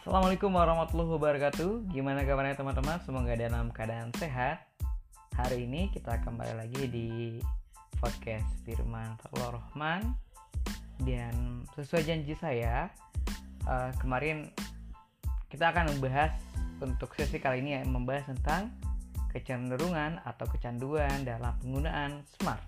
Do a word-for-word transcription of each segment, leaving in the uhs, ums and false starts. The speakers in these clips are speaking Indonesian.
Assalamualaikum warahmatullahi wabarakatuh. Gimana kabarnya teman-teman? Semoga dalam keadaan sehat. Hari ini kita kembali lagi di podcast Firman Fadlur Rahman. Dan sesuai janji saya, uh, kemarin kita akan membahas untuk sesi kali ini ya, membahas tentang kecenderungan atau kecanduan dalam penggunaan smartphone.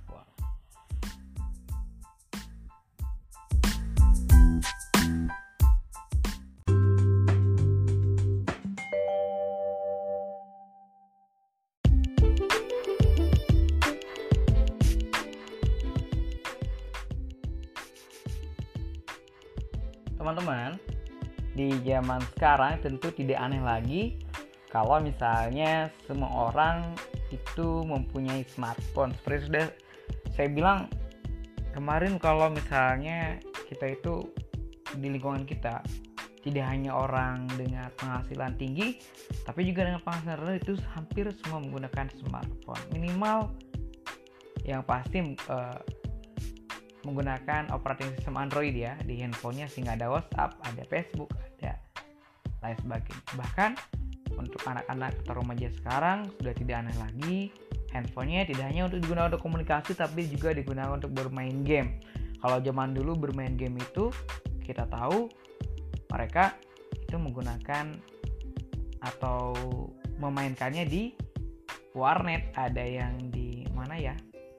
Teman-teman, di zaman sekarang tentu tidak aneh lagi kalau misalnya semua orang itu mempunyai smartphone. Seperti sudah saya bilang kemarin, kalau misalnya kita itu di lingkungan kita tidak hanya orang dengan penghasilan tinggi, tapi juga dengan penghasilan rendah, itu hampir semua menggunakan smartphone. Minimal yang pasti uh, menggunakan operating system Android ya di handphonenya, sehingga ada WhatsApp, ada Facebook, ada lain sebagainya. Bahkan untuk anak-anak atau remaja sekarang sudah tidak aneh lagi, handphonenya tidak hanya untuk digunakan untuk komunikasi, tapi juga digunakan untuk bermain game. Kalau zaman dulu bermain game itu kita tahu mereka itu menggunakan atau memainkannya di warnet, ada yang di mana ya?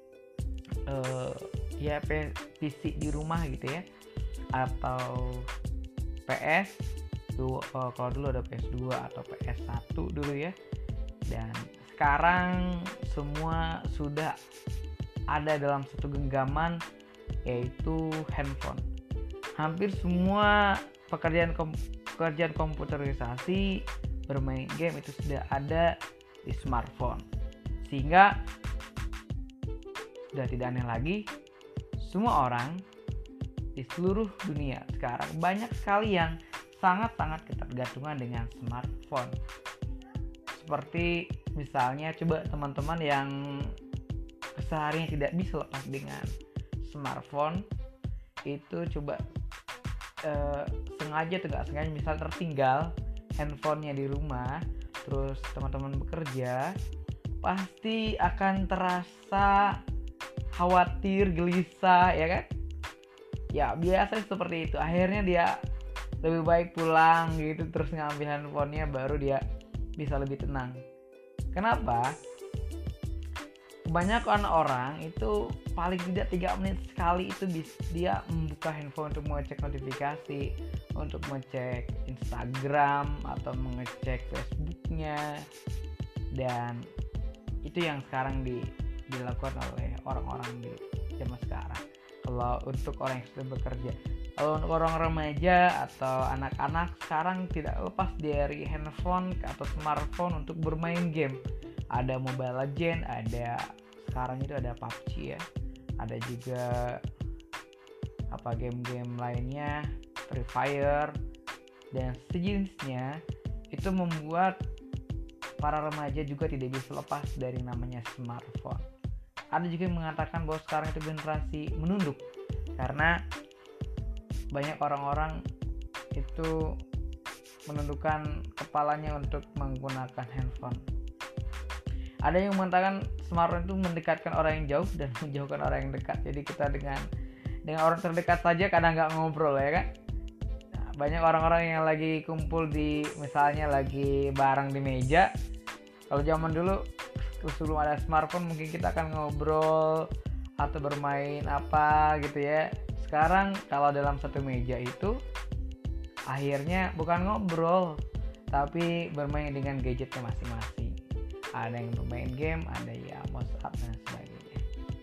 Uh, ya P C di rumah gitu ya, atau P S tuh, uh, kalau dulu ada P S dua atau P S satu dulu ya. Dan sekarang semua sudah ada dalam satu genggaman, yaitu handphone. Hampir semua pekerjaan kom- pekerjaan komputerisasi, bermain game itu sudah ada di smartphone, sehingga sudah tidak aneh lagi semua orang di seluruh dunia sekarang banyak sekali yang sangat-sangat ketergantungan dengan smartphone. Seperti misalnya, coba teman-teman yang keseharian tidak bisa lepas dengan smartphone, itu coba eh, sengaja atau nggak sengaja misal tertinggal handphonenya di rumah, terus teman-teman bekerja, pasti akan terasa khawatir, gelisah, ya kan? Ya biasa seperti itu. Akhirnya dia lebih baik pulang gitu, terus ngambil handphonenya, baru dia bisa lebih tenang. Kenapa? Kebanyakan orang itu paling tidak tiga menit sekali itu dia membuka handphone untuk mengecek notifikasi, untuk mengecek Instagram atau mengecek Facebooknya. Dan itu yang sekarang di dilakukan oleh orang-orang di zaman sekarang. Kalau untuk orang yang sudah bekerja, kalau untuk orang remaja atau anak-anak sekarang tidak lepas dari handphone atau smartphone untuk bermain game. Ada Mobile Legends, ada sekarang itu ada P U B G ya, ada juga apa game-game lainnya, Free Fire dan sejenisnya. Itu membuat para remaja juga tidak bisa lepas dari namanya smartphone. Ada juga yang mengatakan bahwa sekarang itu generasi menunduk, karena banyak orang-orang itu menundukkan kepalanya untuk menggunakan handphone. Ada yang mengatakan smartphone itu mendekatkan orang yang jauh dan menjauhkan orang yang dekat. Jadi kita dengan dengan orang terdekat saja kadang nggak ngobrol ya kan. Nah, banyak orang-orang yang lagi kumpul di, misalnya lagi bareng di meja. Kalau zaman dulu sebelum ada smartphone mungkin kita akan ngobrol atau bermain apa gitu ya. Sekarang kalau dalam satu meja itu akhirnya bukan ngobrol, tapi bermain dengan gadgetnya masing-masing. Ada yang bermain game, ada ya WhatsApp dan sebagainya.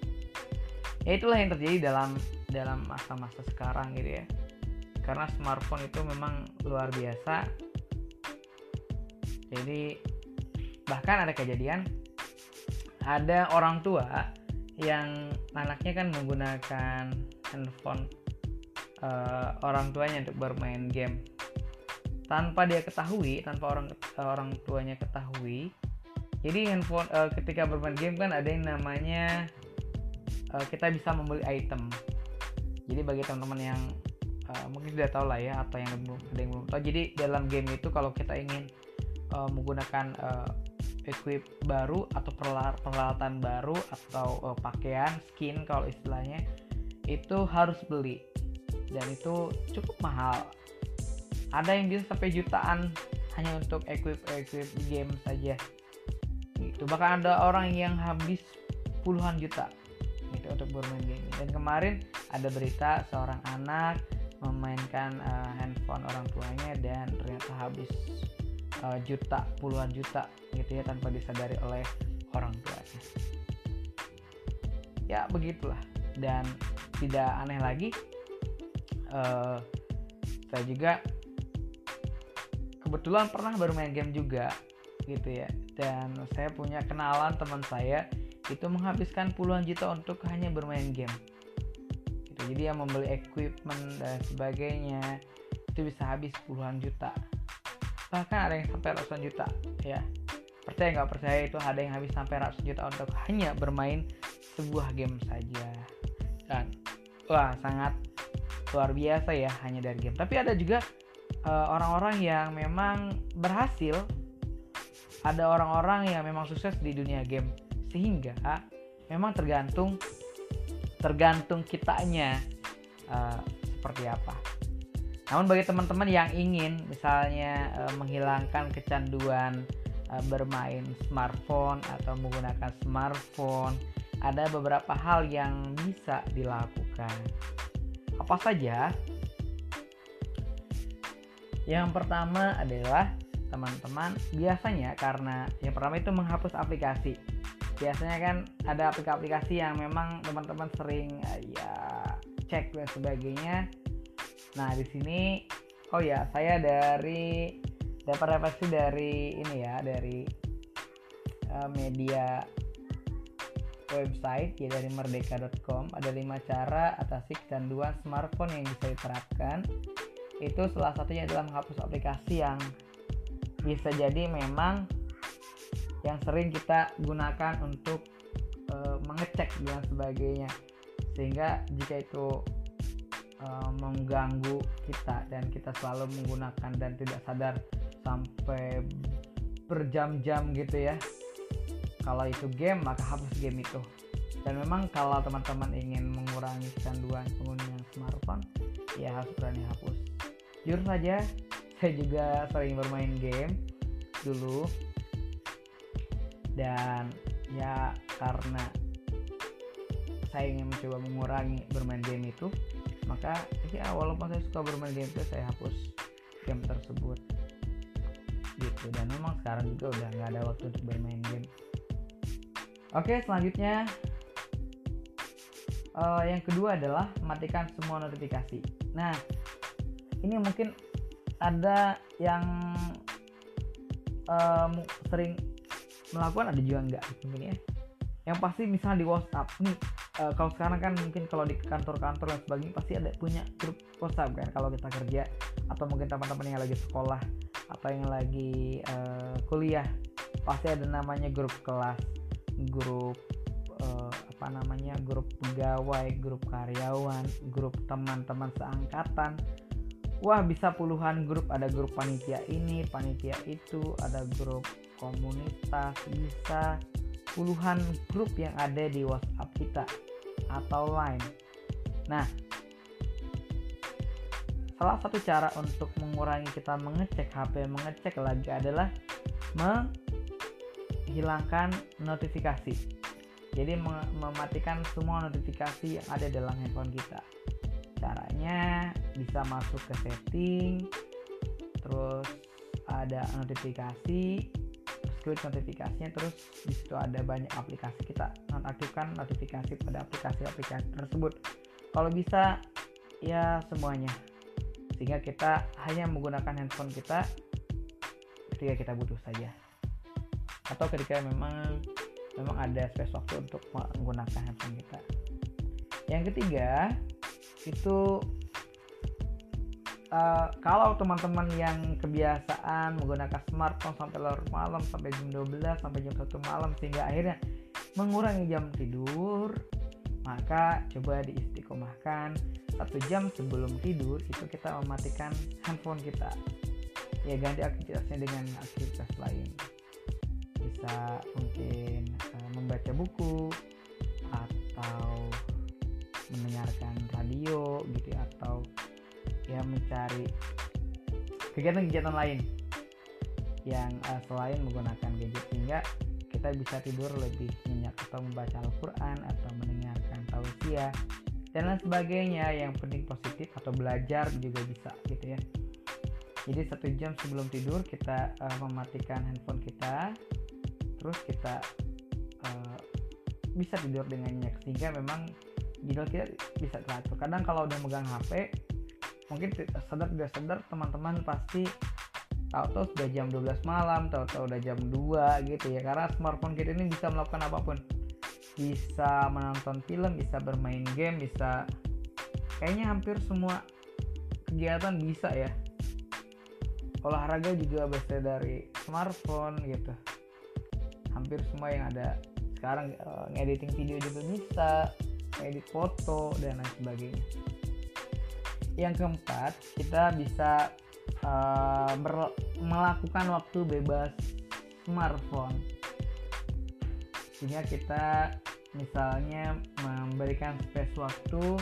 Ya itulah yang terjadi dalam dalam masa-masa sekarang gitu ya. Karena smartphone itu memang luar biasa. Jadi bahkan ada kejadian, ada orang tua yang anaknya kan menggunakan handphone uh, orang tuanya untuk bermain game tanpa dia ketahui, tanpa orang orang tuanya ketahui. Jadi handphone uh, ketika bermain game kan ada yang namanya uh, kita bisa membeli item. Jadi bagi teman-teman yang uh, mungkin sudah tahu lah ya, atau yang belum ada yang belum tahu. Jadi dalam game itu kalau kita ingin uh, menggunakan uh, equip baru atau peralatan baru atau uh, pakaian skin kalau istilahnya, itu harus beli, dan itu cukup mahal. Ada yang bisa sampai jutaan hanya untuk equip equip game saja gitu. Bahkan ada orang yang habis puluhan juta gitu untuk bermain game. Dan kemarin ada berita seorang anak memainkan uh, handphone orang tuanya dan ternyata habis uh, juta, puluhan juta gitu ya, tanpa disadari oleh orang tuanya. Ya begitulah. Dan tidak aneh lagi, uh, saya juga kebetulan pernah bermain game juga gitu ya, dan saya punya kenalan teman saya itu menghabiskan puluhan juta untuk hanya bermain game gitu. Jadi yang membeli equipment dan sebagainya itu bisa habis puluhan juta, bahkan ada yang sampai ratusan juta ya. Percaya nggak percaya, itu ada yang habis sampai ratusan juta untuk hanya bermain sebuah game saja. Dan wah, sangat luar biasa ya hanya dari game. Tapi ada juga uh, orang-orang yang memang berhasil, ada orang-orang yang memang sukses di dunia game, sehingga memang tergantung tergantung kitanya uh, seperti apa. Namun bagi teman-teman yang ingin misalnya uh, menghilangkan kecanduan uh, bermain smartphone atau menggunakan smartphone, ada beberapa hal yang bisa dilakukan. Apa saja? Yang pertama adalah teman-teman biasanya, karena yang pertama itu menghapus aplikasi. Biasanya kan ada aplikasi-aplikasi yang memang teman-teman sering uh, ya cek dan sebagainya. Nah di sini, oh ya, saya dari dapat referensi dari ini ya, dari uh, media website ya, dari merdeka dot com. Ada lima cara atasi kecanduan smartphone yang bisa diterapkan. Itu salah satunya adalah menghapus aplikasi yang bisa jadi memang yang sering kita gunakan untuk e, mengecek dan sebagainya, sehingga jika itu e, mengganggu kita dan kita selalu menggunakan dan tidak sadar sampai berjam-jam gitu ya, kalau itu game maka hapus game itu. Dan memang kalau teman-teman ingin mengurangi kecanduan penggunaan smartphone, ya harus berani hapus. Jujur saja, saya juga sering bermain game dulu, dan ya karena saya ingin mencoba mengurangi bermain game itu, maka ya walaupun saya suka bermain game itu, saya hapus game tersebut gitu. Dan memang sekarang juga udah nggak ada waktu untuk bermain game. Oke, selanjutnya uh, yang kedua adalah matikan semua notifikasi. Nah, ini mungkin ada yang uh, sering melakukan, ada juga enggak mungkin ya. Yang pasti misalnya di WhatsApp nih, uh, kalau sekarang kan mungkin kalau di kantor-kantor dan sebagainya pasti ada punya grup WhatsApp kan, kalau kita kerja atau mungkin teman-teman yang lagi sekolah atau yang lagi uh, kuliah, pasti ada namanya grup kelas, grup uh, apa namanya grup pegawai, grup karyawan, grup teman-teman seangkatan. Wah, bisa puluhan grup, ada grup panitia ini, panitia itu, ada grup komunitas, bisa puluhan grup yang ada di WhatsApp kita atau Line. Nah, salah satu cara untuk mengurangi kita mengecek H P, mengecek lagi adalah menghilangkan notifikasi. Jadi mematikan semua notifikasi yang ada dalam handphone kita. Caranya bisa masuk ke setting, terus ada notifikasi, terus klik notifikasinya, terus di situ ada banyak aplikasi, kita nonaktifkan notifikasi pada aplikasi-aplikasi tersebut. Kalau bisa ya semuanya, sehingga kita hanya menggunakan handphone kita ketika kita butuh saja, atau ketika memang memang ada space waktu untuk menggunakan handphone kita. Yang ketiga itu uh, kalau teman-teman yang kebiasaan menggunakan smartphone sampai larut malam, sampai jam dua belas, sampai jam satu malam, sehingga akhirnya mengurangi jam tidur, Maka coba diistiqomahkan satu jam sebelum tidur itu kita mematikan handphone kita. Ya ganti aktivitasnya dengan aktivitas lain. Bisa mungkin uh, membaca buku atau mendengarkan radio gitu ya, atau ya mencari kegiatan-kegiatan lain yang uh, selain menggunakan gadget, sehingga kita bisa tidur lebih nyenyak, atau membaca Al-Quran atau mendengarkan tausiah dan lain sebagainya yang penting positif, atau belajar juga bisa gitu ya. Jadi satu jam sebelum tidur kita uh, mematikan handphone kita, terus kita uh, bisa tidur dengan nyenyak, sehingga memang jadwal kita bisa teratur. Kadang kalau udah megang H P, mungkin sadar tidak sadar teman-teman pasti tahu-tahu sudah jam dua belas malam, tahu-tahu udah jam dua gitu ya, karena smartphone kita ini bisa melakukan apapun, bisa menonton film, bisa bermain game, bisa kayaknya hampir semua kegiatan bisa ya. Olahraga juga bisa dari smartphone gitu, hampir semua yang ada sekarang. uh, ngediting video juga bisa, edit foto dan lain sebagainya. Yang keempat, kita bisa uh, ber- melakukan waktu bebas smartphone, sehingga kita misalnya memberikan space waktu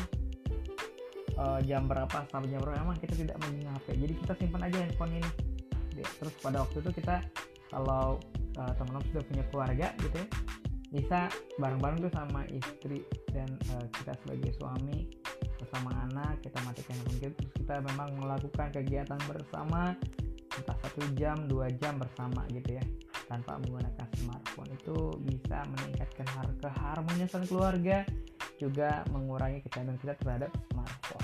uh, jam berapa sampai jam berapa memang kita tidak memegang H P, jadi kita simpan aja handphone ini. Terus pada waktu itu kita, kalau uh, teman-teman sudah punya keluarga gitu ya, bisa bareng-bareng tuh sama istri dan uh, kita sebagai suami bersama anak, kita matikan handphone kita, terus kita memang melakukan kegiatan bersama entah satu jam dua jam bersama gitu ya, tanpa menggunakan smartphone. Itu bisa meningkatkan keharmonisan keluarga, juga mengurangi kecanduan kita terhadap smartphone.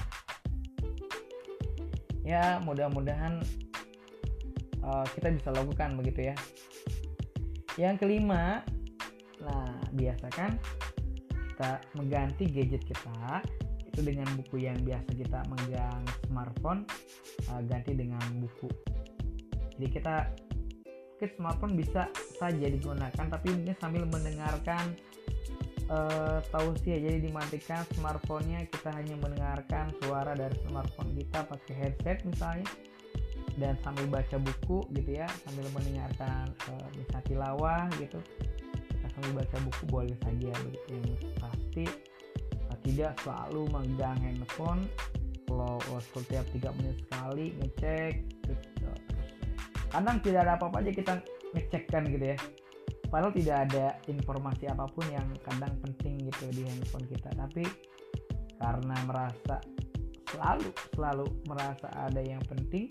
Ya mudah-mudahan uh, kita bisa lakukan begitu ya. Yang kelima, nah biasakan kita mengganti gadget kita itu dengan buku. Yang biasa kita megang smartphone, uh, ganti dengan buku. Jadi kita mungkin smartphone bisa saja digunakan, tapi mungkin sambil mendengarkan uh, tausiah. Jadi dimatikan smartphone-nya, kita hanya mendengarkan suara dari smartphone kita pakai headset misalnya, dan sambil baca buku gitu ya, sambil mendengarkan uh, misal tilawah gitu, kita sambil baca buku boleh saja begitu. Yang pasti uh, tidak selalu megang handphone. Kalau uh, setiap tiga menit sekali ngecek, terus, uh, terus kadang tidak ada apa-apa aja kita ngecek kan gitu ya, padahal tidak ada informasi apapun yang kadang penting gitu di handphone kita, tapi karena merasa selalu selalu merasa ada yang penting,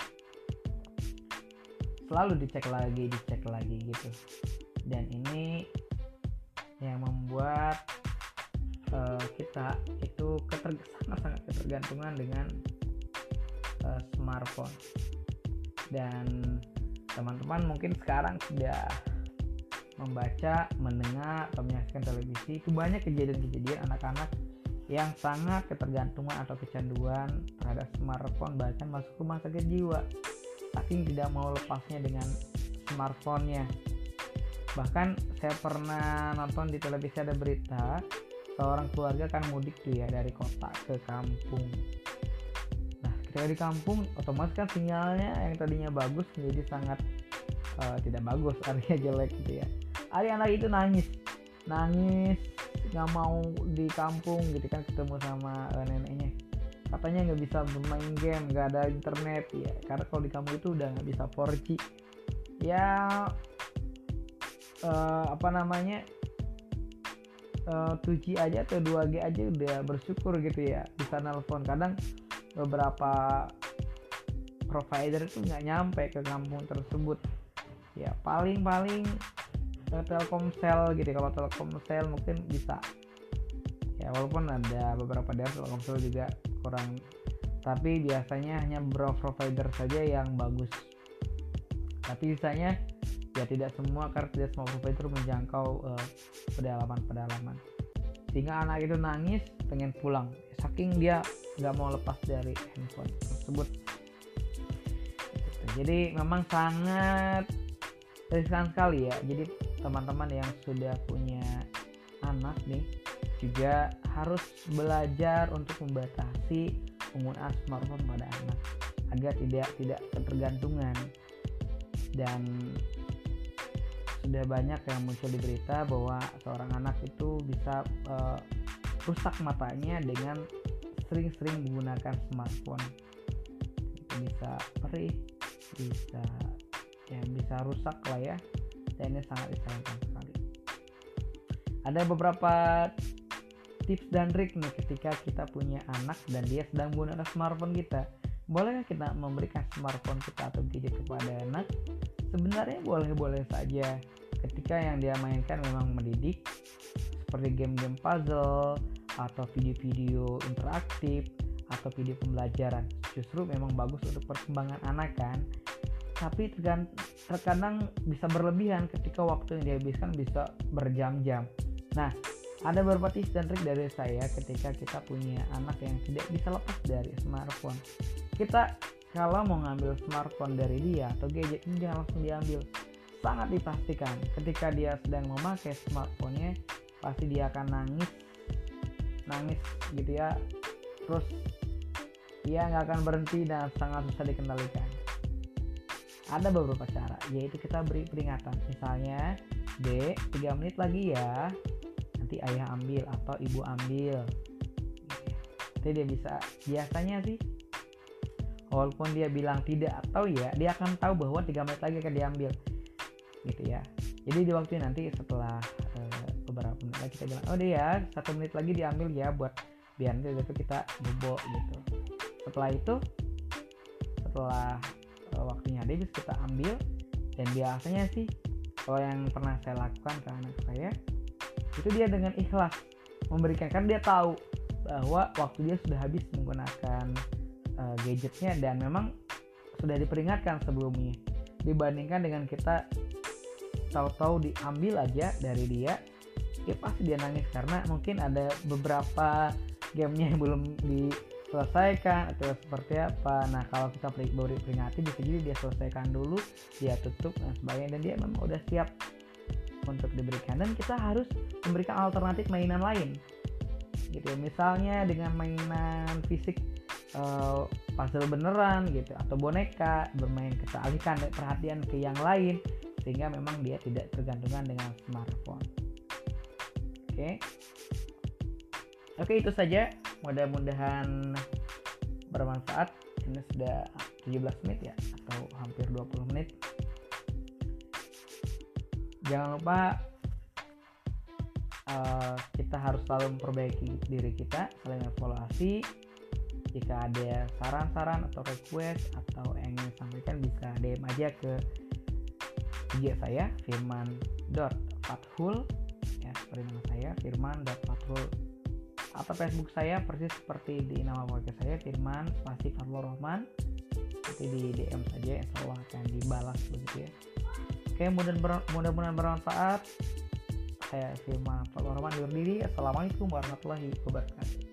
selalu dicek lagi dicek lagi gitu. Dan ini yang membuat uh, kita itu keter- sangat-sangat ketergantungan dengan uh, smartphone. Dan teman-teman mungkin sekarang sudah membaca, mendengar, atau menyaksikan televisi, itu banyak kejadian-kejadian anak-anak yang sangat ketergantungan atau kecanduan terhadap smartphone, bahkan masuk rumah sakit jiwa saking tidak mau lepasnya dengan smartphone-nya. Bahkan saya pernah nonton di televisi, ada berita seorang keluarga kan mudik tuh ya dari kota ke kampung. Nah ketika di kampung otomatis kan sinyalnya yang tadinya bagus menjadi sangat uh, tidak bagus, artinya jelek gitu ya. Anak-anak itu nangis nangis nggak mau di kampung gitu kan, ketemu sama uh, neneknya, katanya nggak bisa bermain game, nggak ada internet ya, karena kalau di kampung itu udah nggak bisa four G ya. Uh, apa namanya uh, two G aja atau dua G aja udah bersyukur gitu ya, bisa nelpon. Kadang beberapa provider itu nggak nyampe ke kampung tersebut ya, paling-paling uh, Telkomsel gitu ya. Kalau Telkomsel mungkin bisa ya, walaupun ada beberapa daerah Telkomsel juga kurang, tapi biasanya hanya beberapa provider saja yang bagus, tapi sisanya ya tidak semua, karena tidak semua provider menjangkau uh, pedalaman-pedalaman, sehingga anak itu nangis pengen pulang saking dia nggak mau lepas dari handphone tersebut. Jadi memang sangat riskan sekali ya. Jadi teman-teman yang sudah punya anak nih juga harus belajar untuk membatasi penggunaan smartphone pada anak agar tidak tidak ketergantungan. Dan sudah banyak yang muncul di berita bahwa seorang anak itu bisa uh, rusak matanya dengan sering-sering menggunakan smartphone. Itu bisa perih, bisa ya bisa rusak lah ya. Dan ini sangat disayangkan sekali. Ada beberapa tips dan trik nih ketika kita punya anak dan dia sedang menggunakan smartphone kita. Bolehkah kita memberikan smartphone kita atau gadget kepada anak? Sebenarnya boleh-boleh saja ketika yang dia mainkan memang mendidik, seperti game-game puzzle atau video-video interaktif atau video pembelajaran. Justru memang bagus untuk perkembangan anak kan. Tapi terkadang bisa berlebihan ketika waktu yang dihabiskan bisa berjam-jam. Nah, ada beberapa tips dan trik dari saya ketika kita punya anak yang tidak bisa lepas dari smartphone. Kita kalau mau ngambil smartphone dari dia atau gadget ini jangan langsung diambil. Sangat dipastikan ketika dia sedang memakai smartphone-nya pasti dia akan nangis, nangis gitu ya. Terus dia nggak akan berhenti dan sangat susah dikendalikan. Ada beberapa cara, yaitu kita beri peringatan. Misalnya, Dek, tiga menit lagi ya. Nanti ayah ambil atau ibu ambil. Jadi dia bisa, biasanya sih walaupun dia bilang tidak atau ya, dia akan tahu bahwa tiga menit lagi akan diambil. Gitu ya. Jadi di waktu nanti setelah uh, beberapa menit lagi kita bilang, oh dia satu menit lagi diambil ya buat biar nanti itu kita bobo gitu. Setelah itu, setelah uh, waktunya habis kita ambil. Dan biasanya sih kalau yang pernah saya lakukan ke anak saya, itu dia dengan ikhlas memberikan, karena dia tahu bahwa waktu dia sudah habis menggunakan uh, gadgetnya dan memang sudah diperingatkan sebelumnya. Dibandingkan dengan kita tahu-tahu diambil aja dari dia, ya pasti dia nangis karena mungkin ada beberapa gamenya yang belum diselesaikan atau seperti apa. Nah kalau kita beri peringati bisa jadi dia selesaikan dulu, dia tutup dan sebagainya, dan dia memang udah siap untuk diberikan. Dan kita harus memberikan alternatif mainan lain gitu, misalnya dengan mainan fisik, uh, puzzle beneran gitu, atau boneka, bermain, kita alihkan perhatian ke yang lain sehingga memang dia tidak tergantungan dengan smartphone. Oke okay. Oke okay, itu saja, mudah-mudahan bermanfaat. Ini sudah tujuh belas menit ya, atau hampir dua puluh menit. Jangan lupa uh, kita harus selalu memperbaiki diri kita, saling evaluasi. Jika ada saran-saran atau request atau yang ingin disampaikan bisa D M aja ke I G saya firman dot fathul ya, seperti nama saya firman dot fathul, atau Facebook saya persis seperti di nama podcast saya Firman spasi Fathul Rahman. Nanti di D M saja, insya Allah akan dibalas begitu ya. Oke, mudah-mudahan bermanfaat. Saya Firman Fathul Rahman undur diri. Assalamualaikum warahmatullahi wabarakatuh.